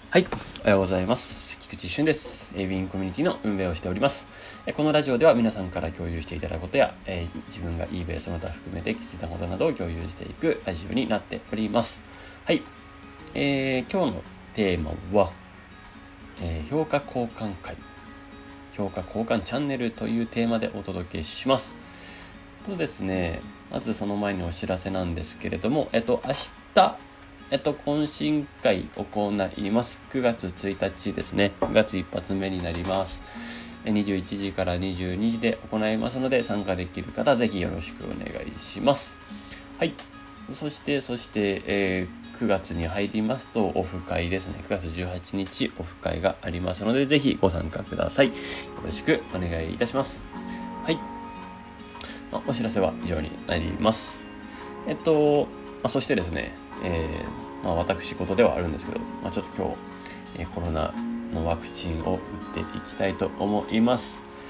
はい、おはようございます。菊池俊です。ウィンコミュニティの運営をしております。このラジオでは皆さんから共有していただくことや、自分が eBay その他含めて気づいたことなどを共有していくラジオになっております。はい、今日のテーマは、評価交換会、評価交換チャンネルというテーマでお届けします。とですね、まずその前にお知らせなんですけれども、明日懇親会行います。9月1日ですね。9月一発目になります。21時から22時で行いますので、参加できる方、ぜひよろしくお願いします。はい。そして、9月に入りますと、オフ会ですね。9月18日、オフ会がありますので、ぜひご参加ください。よろしくお願いいたします。はい。お知らせは以上になります。そしてですね、私事ではあるんですけど、ちょっと今日、コロナのワクチンを打っていきたいと思います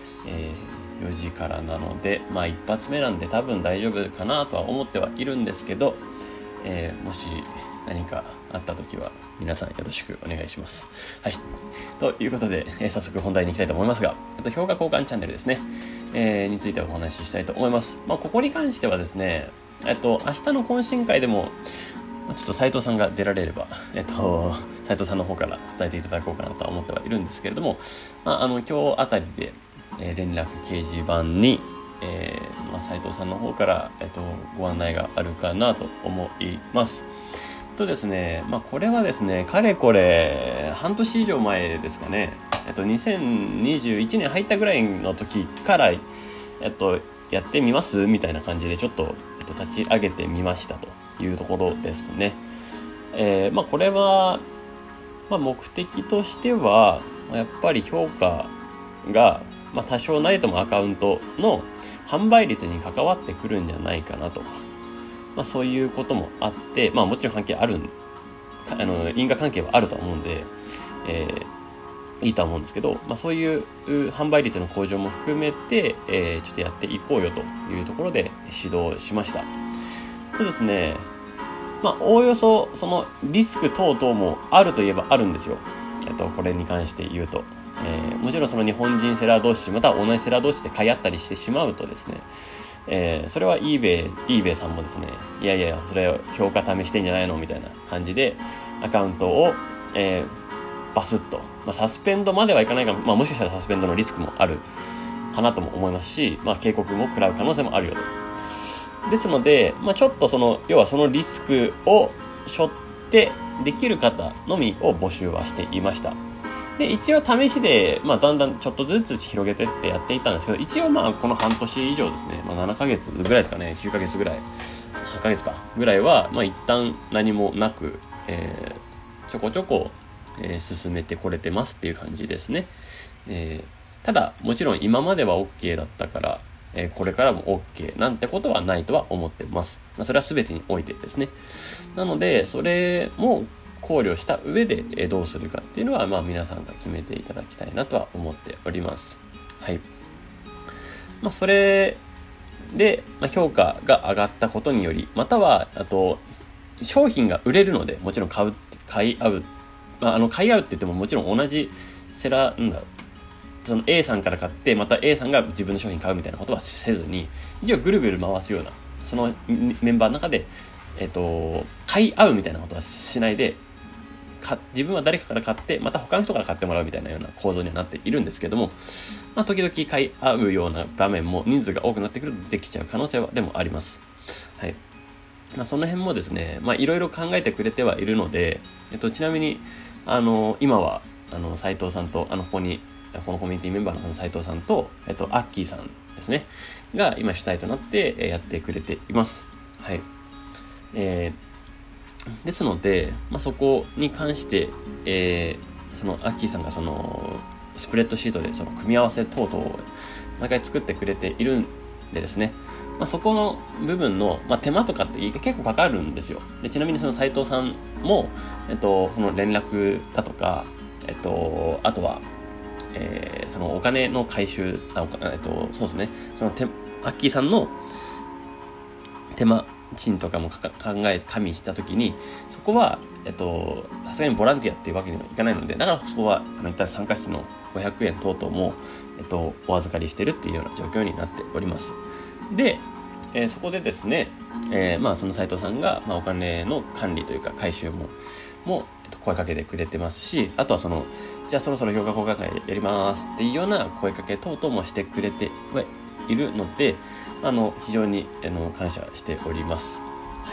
。4時からなので、一発目なんで多分大丈夫かなとは思ってはいるんですけど、もし何かあった時は皆さんよろしくお願いします。はい。ということで、早速本題に行きたいと思いますが、評価交換チャンネルですね、についてお話ししたいと思います。ここに関してはですね、明日の懇親会でもちょっと斉藤さんが出られれば、斉藤さんの方から伝えていただこうかなとは思ってはいるんですけれども、今日あたりで、連絡掲示板に、斉藤さんの方から、ご案内があるかなと思います。とですね、これはですね、かれこれ半年以上前ですかね、2021年入ったぐらいの時から、やってみますみたいな感じでちょっと、立ち上げてみましたというところですね。これは、目的としてはやっぱり評価が、多少なりともアカウントの販売率に関わってくるんじゃないかなと、そういうこともあって、もちろん関係ある因果関係はあると思うんで、いいと思うんですけど、そういう販売率の向上も含めて、ちょっとやっていこうよというところで指導しました。そうですね、おおよそそのリスク等々もあるといえばあるんですよ。これに関して言うと、もちろんその日本人セラー同士または同じセラー同士で買い合ったりしてしまうとですね、それは eBay さんもですね、いやそれを評価試してんじゃないのみたいな感じでアカウントを、バスッと、サスペンドまではいかないかも、もしかしたらサスペンドのリスクもあるかなとも思いますし、警告も食らう可能性もあるよと。ですので、ちょっと要はそのリスクを背負ってできる方のみを募集はしていました。で、一応試しで、だんだんちょっとずつ広げてってやっていったんですけど、一応この半年以上ですね、7ヶ月ぐらいですかね、9ヶ月ぐらい、8ヶ月かぐらいは、一旦何もなく、ちょこちょこ、進めてこれてますっていう感じですね。ただ、もちろん今までは OK だったから、これからも OK なんてことはないとは思ってます。それは全てにおいてですね。なので、それも考慮した上で、どうするかっていうのは、皆さんが決めていただきたいなとは思っております。はい。それで、評価が上がったことにより、または、商品が売れるので、もちろん買い合う。買い合うって言ってももちろん同じセラー、その A さんから買ってまた A さんが自分の商品買うみたいなことはせずに、一応ぐるぐる回すようなそのメンバーの中で、買い合うみたいなことはしないで、自分は誰かから買ってまた他の人から買ってもらうみたいなような構造にはなっているんですけども、時々買い合うような場面も人数が多くなってくると出てきちゃう可能性はでもあります。はい。その辺もですね、いろいろ考えてくれてはいるので、ちなみに今は斉藤さんとこのコミュニティメンバーの斉藤さんとアッキーさんですねが今主体となってやってくれています。はい。ですので、そこに関して、そのアッキーさんがそのスプレッドシートでその組み合わせ等々を毎回作ってくれているんでですね、そこの部分の、手間とかって結構かかるんですよ。で、ちなみにその斉藤さんも、その連絡だとか、あとは、そのお金の回収、そうですね、そのアッキーさんの手間賃とかも加味したときに、そこはさすがにボランティアっていうわけにはいかないので、だからそこは一旦参加費の500円等々も、お預かりしてるっていうような状況になっております。で、そこでですね、その斉藤さんが、お金の管理というか回収も声かけてくれてますし、あとはじゃあそろそろ評価交換会やりますっていうような声かけ等々もしてくれているので、非常に感謝しております。はい、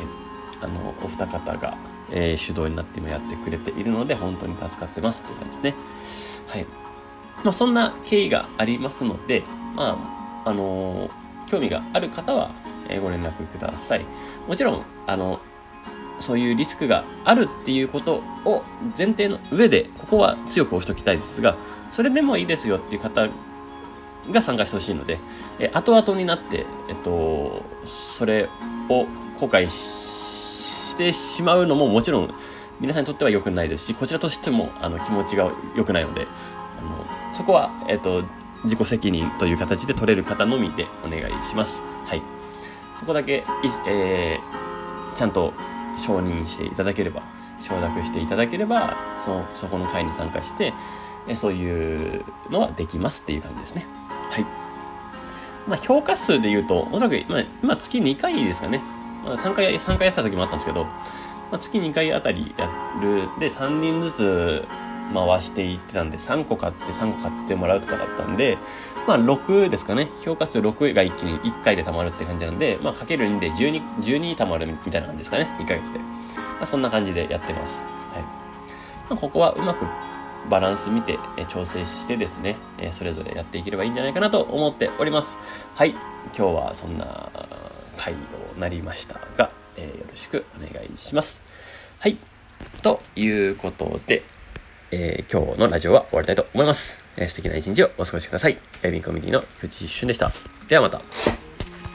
お二方が、主導になって今やってくれているので本当に助かってますっていう感じですね。はい、そんな経緯がありますので、興味がある方は、ご連絡ください。もちろんそういうリスクがあるっていうことを前提の上で、ここは強く押しておきたいですが、それでもいいですよっていう方が参加してほしいので、後々になって、それを後悔してしまうのももちろん皆さんにとっては良くないですし、こちらとしても気持ちが良くないので、そこは、自己責任という形で取れる方のみでお願いします。はい。そこだけ、ちゃんと承認していただければ、承諾していただければ、そこの会に参加して、そういうのはできますっていう感じですね。はい。評価数で言うと、おそらく今月2回ですかね。3回やった時もあったんですけど、月2回あたりやるで3人ずつ回していってたんで、3個買ってもらうとかだったんで、6ですかね。評価数6が一気に1回で貯まるって感じなんで、かける2で12貯まるみたいな感じですかね。1ヶ月で。そんな感じでやってます。はい。ここはうまくバランス見て調整してですね、それぞれやっていければいいんじゃないかなと思っております。はい。今日はそんな回となりましたが、よろしくお願いします。はい。ということで、今日のラジオは終わりたいと思います。素敵な一日をお過ごしください。ビンコミュニティの菊池俊でした。ではまた。